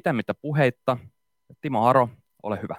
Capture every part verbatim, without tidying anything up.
pitemmittä puheitta, Timo Aro, ole hyvä.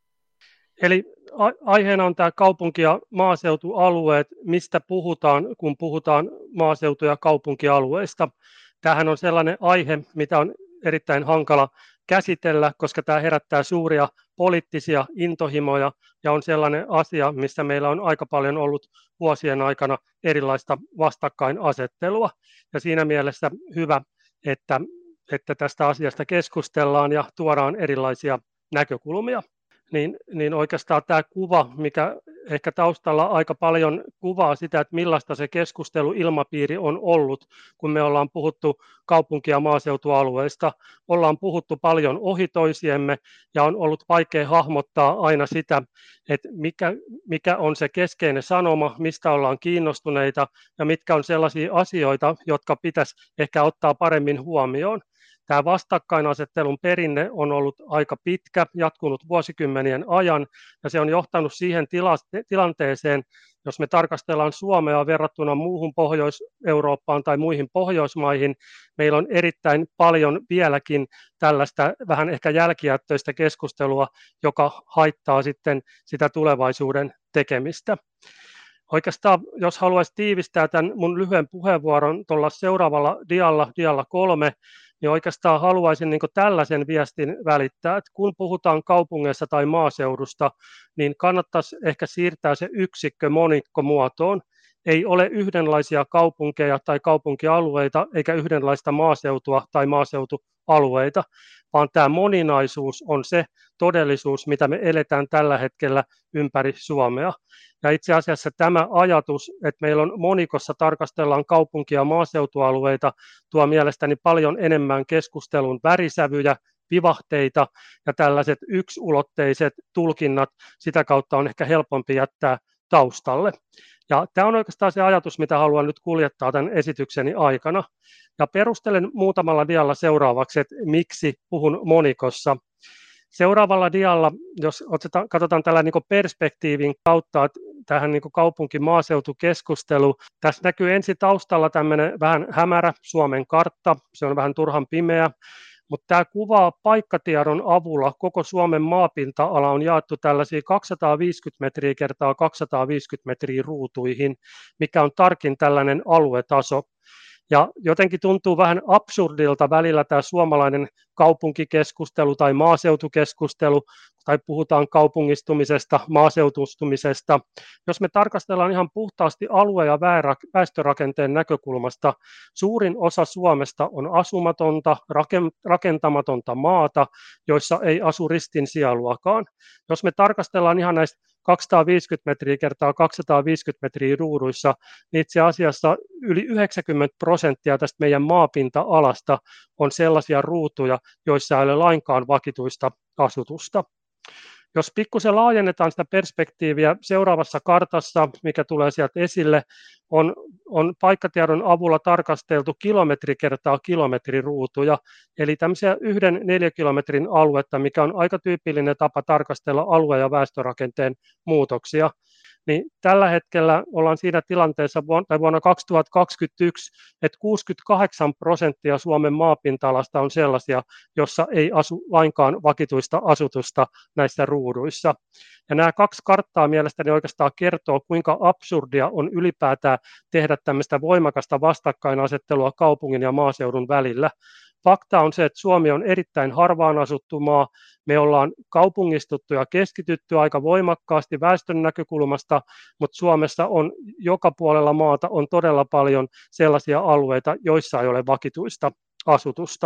Eli aiheena on tämä kaupunki- ja maaseutualueet, mistä puhutaan, kun puhutaan maaseutu- ja kaupunkialueista. Tämähän on sellainen aihe, mitä on erittäin hankala käsitellä, koska tämä herättää suuria poliittisia intohimoja ja on sellainen asia, missä meillä on aika paljon ollut vuosien aikana erilaista vastakkainasettelua. Ja siinä mielessä hyvä, että, että tästä asiasta keskustellaan ja tuodaan erilaisia näkökulmia. Niin, niin oikeastaan tämä kuva, mikä ehkä taustalla aika paljon kuvaa sitä, että millaista se keskusteluilmapiiri on ollut, kun me ollaan puhuttu kaupunki- ja maaseutualueista. Ollaan puhuttu paljon ohi toisiemme ja on ollut vaikea hahmottaa aina sitä, että mikä, mikä on se keskeinen sanoma, mistä ollaan kiinnostuneita ja mitkä on sellaisia asioita, jotka pitäisi ehkä ottaa paremmin huomioon. Tämä vastakkainasettelun perinne on ollut aika pitkä, jatkunut vuosikymmenien ajan, ja se on johtanut siihen tila- tilanteeseen, jos me tarkastellaan Suomea verrattuna muuhun Pohjois-Eurooppaan tai muihin Pohjoismaihin, meillä on erittäin paljon vieläkin tällaista vähän ehkä jälkijättöistä keskustelua, joka haittaa sitten sitä tulevaisuuden tekemistä. Oikeastaan, jos haluaisin tiivistää tämän mun lyhyen puheenvuoron tuolla seuraavalla dialla, dialla kolme, niin oikeastaan haluaisin niin kuin tällaisen viestin välittää, että kun puhutaan kaupungeissa tai maaseudusta, niin kannattaisi ehkä siirtää se yksikkö monikkomuotoon. Ei ole yhdenlaisia kaupunkeja tai kaupunkialueita, eikä yhdenlaista maaseutua tai maaseutualueita, vaan tämä moninaisuus on se todellisuus, mitä me eletään tällä hetkellä ympäri Suomea. Ja itse asiassa tämä ajatus, että meillä on monikossa tarkastellaan kaupunki- ja maaseutualueita, tuo mielestäni paljon enemmän keskustelun värisävyjä, vivahteita ja tällaiset yksiulotteiset tulkinnat, sitä kautta on ehkä helpompi jättää taustalle. Ja tämä on oikeastaan se ajatus, mitä haluan nyt kuljettaa tämän esitykseni aikana. Ja perustelen muutamalla dialla seuraavaksi, että miksi puhun monikossa. Seuraavalla dialla, jos otetaan, katsotaan tällä niin kuin perspektiivin kautta, että tähän niin kuin kaupunki-maaseutukeskustelu, tässä näkyy ensi taustalla tämmöinen vähän hämärä Suomen kartta, se on vähän turhan pimeä, mutta tämä kuvaa paikkatiedon avulla, koko Suomen maapinta-ala on jaettu tällaisia kaksisataaviisikymmentä metriä kertaa kaksisataaviisikymmentä metriä ruutuihin, mikä on tarkin tällainen aluetaso. Ja jotenkin tuntuu vähän absurdilta välillä tämä suomalainen kaupunkikeskustelu tai maaseutukeskustelu, tai puhutaan kaupungistumisesta, maaseutustumisesta. Jos me tarkastellaan ihan puhtaasti alue- ja väestörakenteen näkökulmasta, suurin osa Suomesta on asumatonta, rakentamatonta maata, joissa ei asu ristin sieluakaan. Jos me tarkastellaan ihan näistä kaksisataaviisikymmentä metriä kertaa kaksisataaviisikymmentä metriä ruuduissa, niin itse asiassa yli yhdeksänkymmentä prosenttia tästä meidän maapinta-alasta on sellaisia ruutuja, joissa ei ole lainkaan vakituista asutusta. Jos pikkusen laajennetaan sitä perspektiiviä, seuraavassa kartassa, mikä tulee sieltä esille, on, on paikkatiedon avulla tarkasteltu kilometri kertaa kilometriruutuja, eli tämmöisiä yhden neliökilometrin aluetta, mikä on aika tyypillinen tapa tarkastella alue- ja väestörakenteen muutoksia. Niin tällä hetkellä ollaan siinä tilanteessa vuonna, vuonna kaksituhattakaksikymmentäyksi, että kuusikymmentäkahdeksan prosenttia Suomen maapinta-alasta on sellaisia, jossa ei asu lainkaan vakituista asutusta näissä ruuduissa. Ja nämä kaksi karttaa mielestäni oikeastaan kertoo, kuinka absurdia on ylipäätään tehdä tämmöistä voimakasta vastakkainasettelua kaupungin ja maaseudun välillä. Fakta on se, että Suomi on erittäin harvaan asuttu maa. Me ollaan kaupungistuttu ja keskitytty aika voimakkaasti väestön näkökulmasta, mutta Suomessa on joka puolella maata on todella paljon sellaisia alueita, joissa ei ole vakituista asutusta.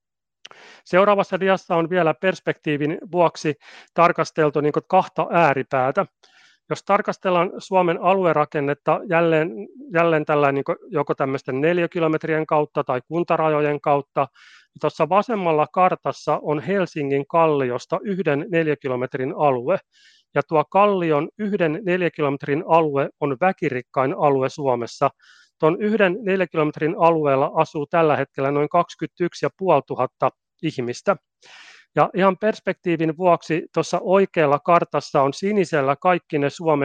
Seuraavassa diassa on vielä perspektiivin vuoksi tarkasteltu niin kuin kahta ääripäätä. Jos tarkastellaan Suomen aluerakennetta jälleen, jälleen tällainen niin joko tämmöisten neliökilometrien kautta tai kuntarajojen kautta, niin tuossa vasemmalla kartassa on Helsingin kalliosta yhden neliökilometrin alue, ja tuo kallion yhden neliökilometrin alue on väkirikkain alue Suomessa. Tuon yhden neliökilometrin alueella asuu tällä hetkellä noin kaksikymmentäyksi tuhatta viisisataa ihmistä. Ja ihan perspektiivin vuoksi tuossa oikealla kartassa on sinisellä kaikki ne Suomen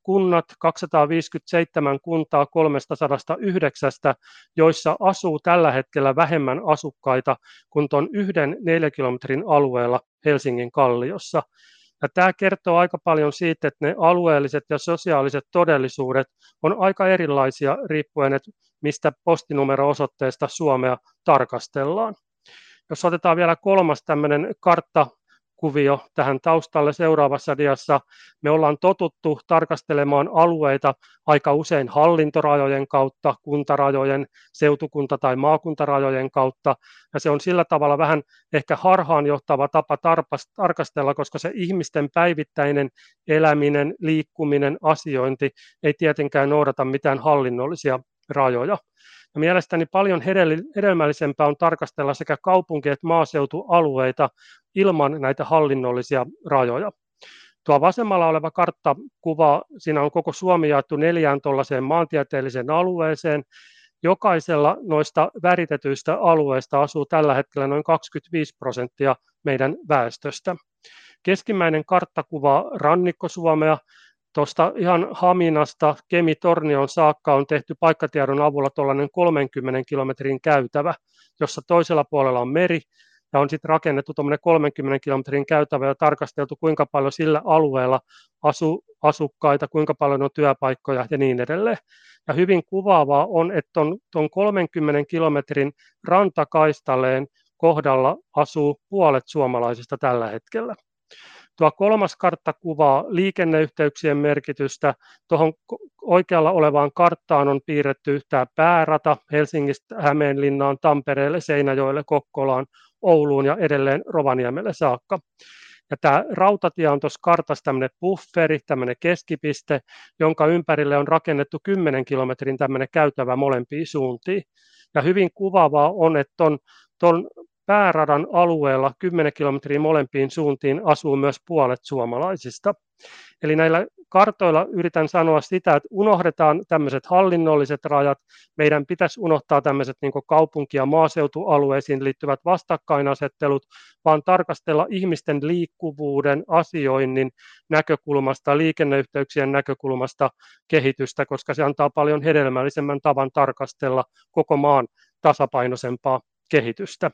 kunnat, kaksisataaviisikymmentäseitsemän kuntaa kolmesataayhdeksän, joissa asuu tällä hetkellä vähemmän asukkaita kuin tuon yhden neliökilometrin alueella Helsingin Kalliossa. Ja tämä kertoo aika paljon siitä, että ne alueelliset ja sosiaaliset todellisuudet on aika erilaisia riippuen, että mistä postinumero-osoitteesta Suomea tarkastellaan. Jos otetaan vielä kolmas tämmöinen karttakuvio tähän taustalle seuraavassa diassa, me ollaan totuttu tarkastelemaan alueita aika usein hallintorajojen kautta, kuntarajojen, seutukunta- tai maakuntarajojen kautta, ja se on sillä tavalla vähän ehkä harhaanjohtava tapa tarkastella, koska se ihmisten päivittäinen eläminen, liikkuminen, asiointi ei tietenkään noudata mitään hallinnollisia rajoja. Ja mielestäni paljon hedelmällisempää on tarkastella sekä kaupunki- että maaseutualueita ilman näitä hallinnollisia rajoja. Tuo vasemmalla oleva karttakuva, siinä on koko Suomi jaettu neljään tuollaiseen maantieteelliseen alueeseen. Jokaisella noista väritetyistä alueista asuu tällä hetkellä noin kaksikymmentäviisi prosenttia meidän väestöstä. Keskimmäinen karttakuva rannikko-Suomea. Tuosta ihan Haminasta Kemi-Tornioon saakka on tehty paikkatiedon avulla tuollainen kolmenkymmenen kilometrin käytävä, jossa toisella puolella on meri, ja on sitten rakennettu tuommoinen kolmenkymmenen kilometrin käytävä ja tarkasteltu, kuinka paljon sillä alueella asuu asukkaita, kuinka paljon on työpaikkoja ja niin edelleen. Ja hyvin kuvaavaa on, että tuon kolmenkymmenen kilometrin rantakaistaleen kohdalla asuu puolet suomalaisista tällä hetkellä. Tuo kolmas kartta kuvaa liikenneyhteyksien merkitystä. Tuohon oikealla olevaan karttaan on piirretty tämä päärata Helsingistä Hämeenlinnaan, Tampereelle, Seinäjoelle, Kokkolaan, Ouluun ja edelleen Rovaniemelle saakka. Ja tämä rautatie on tuossa kartassa tämmöinen bufferi, tämmöinen keskipiste, jonka ympärille on rakennettu kymmenen kilometrin tämmöinen käytävä molempiin suuntiin. Ja hyvin kuvaavaa on, että ton, ton pääradan alueella kymmenen kilometriä molempiin suuntiin asuu myös puolet suomalaisista. Eli näillä kartoilla yritän sanoa sitä, että unohdetaan tämmöiset hallinnolliset rajat. Meidän pitäisi unohtaa tämmöiset niin kuin kaupunki- ja maaseutualueisiin liittyvät vastakkainasettelut, vaan tarkastella ihmisten liikkuvuuden, asioinnin näkökulmasta, liikenneyhteyksien näkökulmasta kehitystä, koska se antaa paljon hedelmällisemmän tavan tarkastella koko maan tasapainoisempaa kehitystä.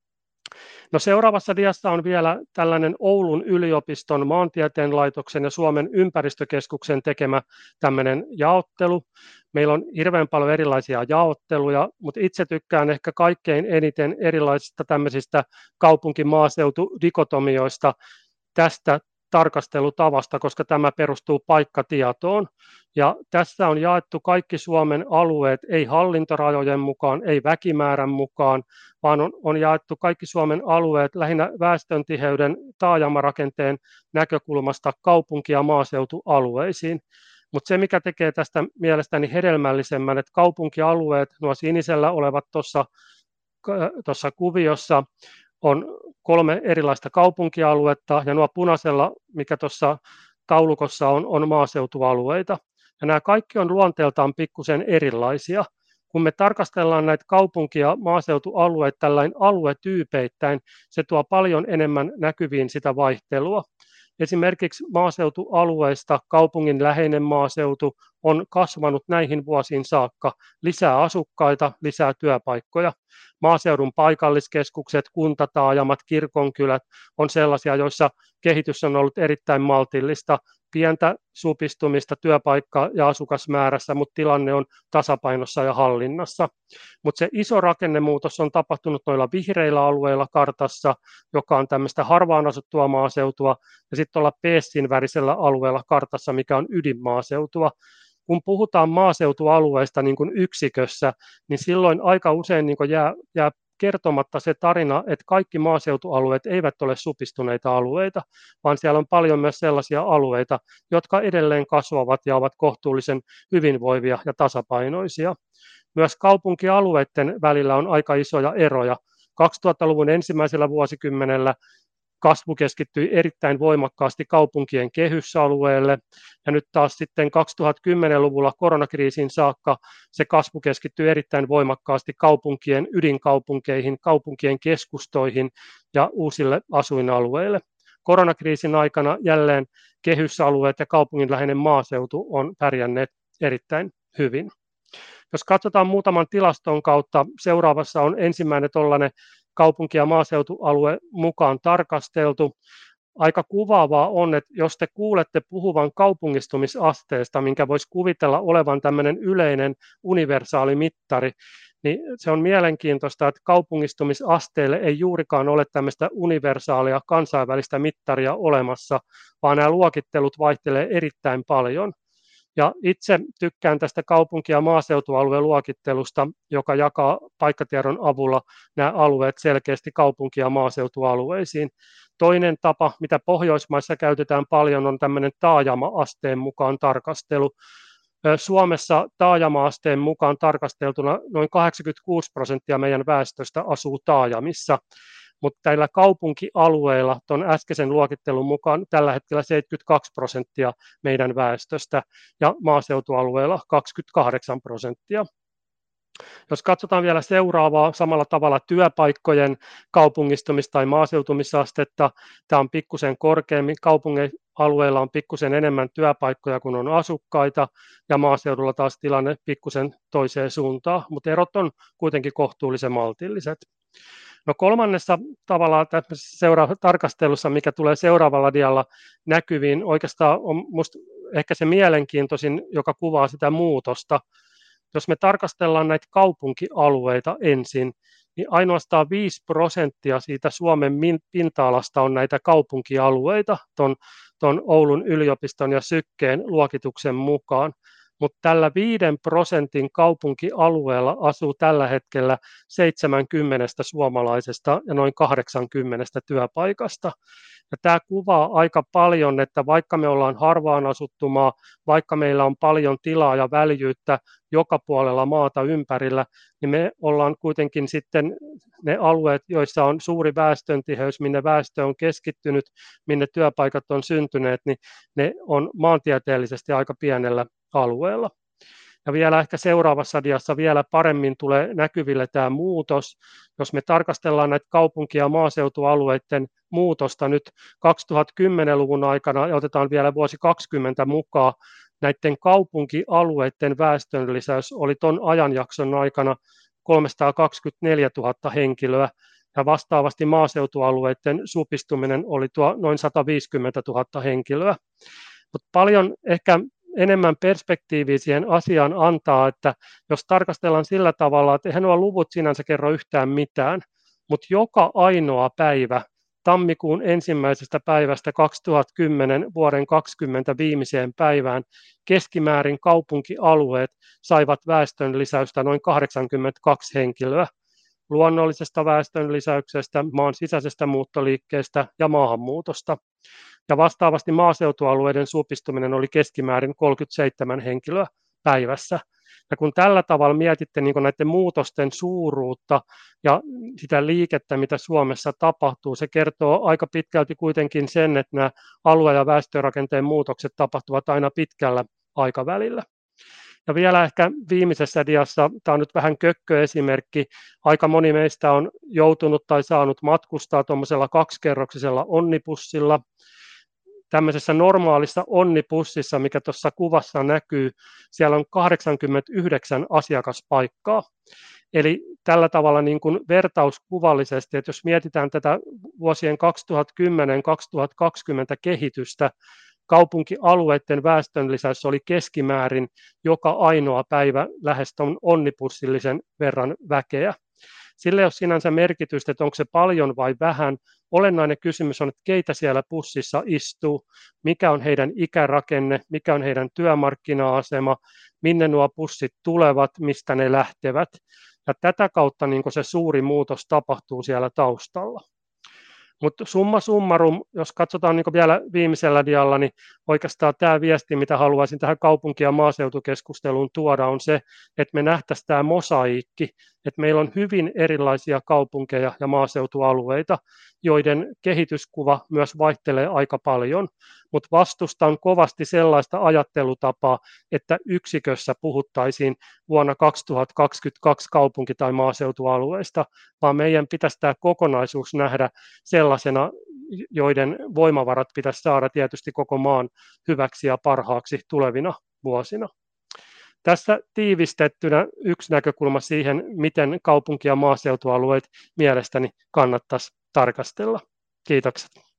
No seuraavassa diassa on vielä tällainen Oulun yliopiston maantieteen laitoksen ja Suomen ympäristökeskuksen tekemä tämmöinen jaottelu. Meillä on hirveän paljon erilaisia jaotteluja, mutta itse tykkään ehkä kaikkein eniten erilaisista tämmöisistä kaupunki-maaseutu-dikotomioista tästä tarkastelutavasta, koska tämä perustuu paikkatietoon. Ja tässä on jaettu kaikki Suomen alueet, ei hallintorajojen mukaan, ei väkimäärän mukaan, vaan on, on jaettu kaikki Suomen alueet lähinnä väestöntiheyden taajamarakenteen näkökulmasta kaupunki- ja maaseutualueisiin. Mutta se, mikä tekee tästä mielestäni hedelmällisemmän, että kaupunkialueet, nuo sinisellä olevat tuossa kuviossa, on kolme erilaista kaupunkialuetta, ja nuo punaisella, mikä tuossa taulukossa on, on maaseutualueita. Ja nämä kaikki on luonteeltaan pikkusen erilaisia. Kun me tarkastellaan näitä kaupunki- ja maaseutualueita tällainen aluetyypeittäin, se tuo paljon enemmän näkyviin sitä vaihtelua. Esimerkiksi maaseutualueista kaupungin läheinen maaseutu on kasvanut näihin vuosiin saakka. Lisää asukkaita, lisää työpaikkoja. Maaseudun paikalliskeskukset, kuntataajamat, kirkonkylät on sellaisia, joissa kehitys on ollut erittäin maltillista. Pientä supistumista työpaikka- ja asukasmäärässä, mutta tilanne on tasapainossa ja hallinnassa. Mutta se iso rakennemuutos on tapahtunut noilla vihreillä alueilla kartassa, joka on tämmöistä harvaan asuttua maaseutua, ja sitten tuolla peessin värisellä alueella kartassa, mikä on ydinmaaseutua. Kun puhutaan maaseutualueista niin kuin yksikössä, niin silloin aika usein niin kuin jää, jää kertomatta se tarina, että kaikki maaseutualueet eivät ole supistuneita alueita, vaan siellä on paljon myös sellaisia alueita, jotka edelleen kasvavat ja ovat kohtuullisen hyvinvoivia ja tasapainoisia. Myös kaupunkialueiden välillä on aika isoja eroja. kaksituhattaluvun ensimmäisellä vuosikymmenellä kasvu keskittyi erittäin voimakkaasti kaupunkien kehysalueelle, ja nyt taas sitten kaksituhattakymmenluvulla koronakriisin saakka se kasvu keskittyi erittäin voimakkaasti kaupunkien ydinkaupunkeihin, kaupunkien keskustoihin ja uusille asuinalueille. Koronakriisin aikana jälleen kehysalueet ja kaupunginläheinen maaseutu on pärjänneet erittäin hyvin. Jos katsotaan muutaman tilaston kautta, seuraavassa on ensimmäinen tuollainen kaupunki- ja maaseutualue mukaan tarkasteltu. Aika kuvaavaa on, että jos te kuulette puhuvan kaupungistumisasteesta, minkä voisi kuvitella olevan tämmöinen yleinen universaali mittari, niin se on mielenkiintoista, että kaupungistumisasteelle ei juurikaan ole tämmöistä universaalia kansainvälistä mittaria olemassa, vaan nämä luokittelut vaihtelee erittäin paljon. Ja itse tykkään tästä kaupunki- ja maaseutualueen luokittelusta, joka jakaa paikkatiedon avulla nämä alueet selkeästi kaupunki- ja maaseutualueisiin. Toinen tapa, mitä Pohjoismaissa käytetään paljon, on tämmöinen taajama-asteen mukaan tarkastelu. Suomessa taajama-asteen mukaan tarkasteltuna noin kahdeksankymmentäkuusi prosenttia meidän väestöstä asuu taajamissa, mutta näillä kaupunkialueilla tuon äskeisen luokittelun mukaan tällä hetkellä seitsemänkymmentäkaksi prosenttia meidän väestöstä ja maaseutualueilla kaksikymmentäkahdeksan prosenttia. Jos katsotaan vielä seuraavaa samalla tavalla työpaikkojen kaupungistumis- tai maaseutumisastetta, tämä on pikkusen korkeammin, kaupunkialueilla on pikkusen enemmän työpaikkoja kuin on asukkaita ja maaseudulla taas tilanne pikkusen toiseen suuntaan, mutta erot on kuitenkin kohtuullisen maltilliset. No kolmannessa tavallaan seuraava tarkastelussa, mikä tulee seuraavalla dialla näkyviin, oikeastaan on musta ehkä se mielenkiintoisin, joka kuvaa sitä muutosta. Jos me tarkastellaan näitä kaupunkialueita ensin, niin ainoastaan viisi prosenttia siitä Suomen pinta-alasta on näitä kaupunkialueita ton, ton Oulun yliopiston ja Sykkeen luokituksen mukaan. Mutta tällä viiden prosentin kaupunkialueella asuu tällä hetkellä seitsemänkymmentä suomalaisesta ja noin kahdeksankymmentä työpaikasta. Ja tämä kuvaa aika paljon, että vaikka me ollaan harvaan asuttu maa, vaikka meillä on paljon tilaa ja väljyyttä joka puolella maata ympärillä, niin me ollaan kuitenkin sitten ne alueet, joissa on suuri väestöntiheys, minne väestö on keskittynyt, minne työpaikat on syntyneet, niin ne on maantieteellisesti aika pienellä alueella. Ja vielä ehkä seuraavassa diassa vielä paremmin tulee näkyville tämä muutos. Jos me tarkastellaan näitä kaupunki- ja maaseutualueiden muutosta nyt kaksituhattakymmenluvun aikana ja otetaan vielä vuosi kaksikymmentä mukaan, näiden kaupunkialueiden väestön lisäys oli tuon ajanjakson aikana kolmesataakaksikymmentäneljätuhatta henkilöä ja vastaavasti maaseutualueiden supistuminen oli tuo noin sataviisikymmentätuhatta henkilöä. Mutta paljon ehkä enemmän perspektiiviä siihen asiaan antaa, että jos tarkastellaan sillä tavalla, että eihän nuo luvut sinänsä kerro yhtään mitään, mutta joka ainoa päivä tammikuun ensimmäisestä päivästä kaksituhattakymmenen vuoden kaksikymmentä viimeiseen päivään keskimäärin kaupunkialueet saivat väestön lisäystä noin kahdeksankymmentäkaksi henkilöä luonnollisesta väestön lisäyksestä, maan sisäisestä muuttoliikkeestä ja maahanmuutosta. Ja vastaavasti maaseutualueiden supistuminen oli keskimäärin kolmekymmentäseitsemän henkilöä päivässä. Ja kun tällä tavalla mietitte niin näiden muutosten suuruutta ja sitä liikettä, mitä Suomessa tapahtuu, se kertoo aika pitkälti kuitenkin sen, että nämä alue- ja väestörakenteen muutokset tapahtuvat aina pitkällä aikavälillä. Ja vielä ehkä viimeisessä diassa, tämä on nyt vähän kökköesimerkki, aika moni meistä on joutunut tai saanut matkustaa tuommoisella kaksikerroksisella onnibussilla. Tämmöisessä normaalissa onnibussissa, mikä tuossa kuvassa näkyy, siellä on kahdeksankymmentäyhdeksän asiakaspaikkaa. Eli tällä tavalla niin kuin vertauskuvallisesti, että jos mietitään tätä vuosien kaksituhattakymmenen kaksituhattakaksikymmentä kehitystä, kaupunkialueiden väestönlisäys oli keskimäärin joka ainoa päivä lähes tuon onnibussillisen verran väkeä. Sillä ei ole sinänsä merkitystä, että onko se paljon vai vähän. Olennainen kysymys on, että keitä siellä bussissa istuu, mikä on heidän ikärakenne, mikä on heidän työmarkkina-asema, minne nuo bussit tulevat, mistä ne lähtevät. Ja tätä kautta niin se suuri muutos tapahtuu siellä taustalla. Mutta summa summarum, jos katsotaan niin vielä viimeisellä dialla, niin oikeastaan tämä viesti, mitä haluaisin tähän kaupunki- ja maaseutukeskusteluun tuoda, on se, että me nähtäisiin tämä mosaiikki, että meillä on hyvin erilaisia kaupunkeja ja maaseutualueita, joiden kehityskuva myös vaihtelee aika paljon, mutta vastustan kovasti sellaista ajattelutapaa, että yksikössä puhuttaisiin vuonna kaksituhattakaksikymmentäkaksi kaupunki- tai maaseutualueista, vaan meidän pitäisi tämä kokonaisuus nähdä sellaisena joiden voimavarat pitäisi saada tietysti koko maan hyväksi ja parhaaksi tulevina vuosina. Tässä tiivistettynä yksi näkökulma siihen, miten kaupunki- ja maaseutualueet mielestäni kannattaisi tarkastella. Kiitokset.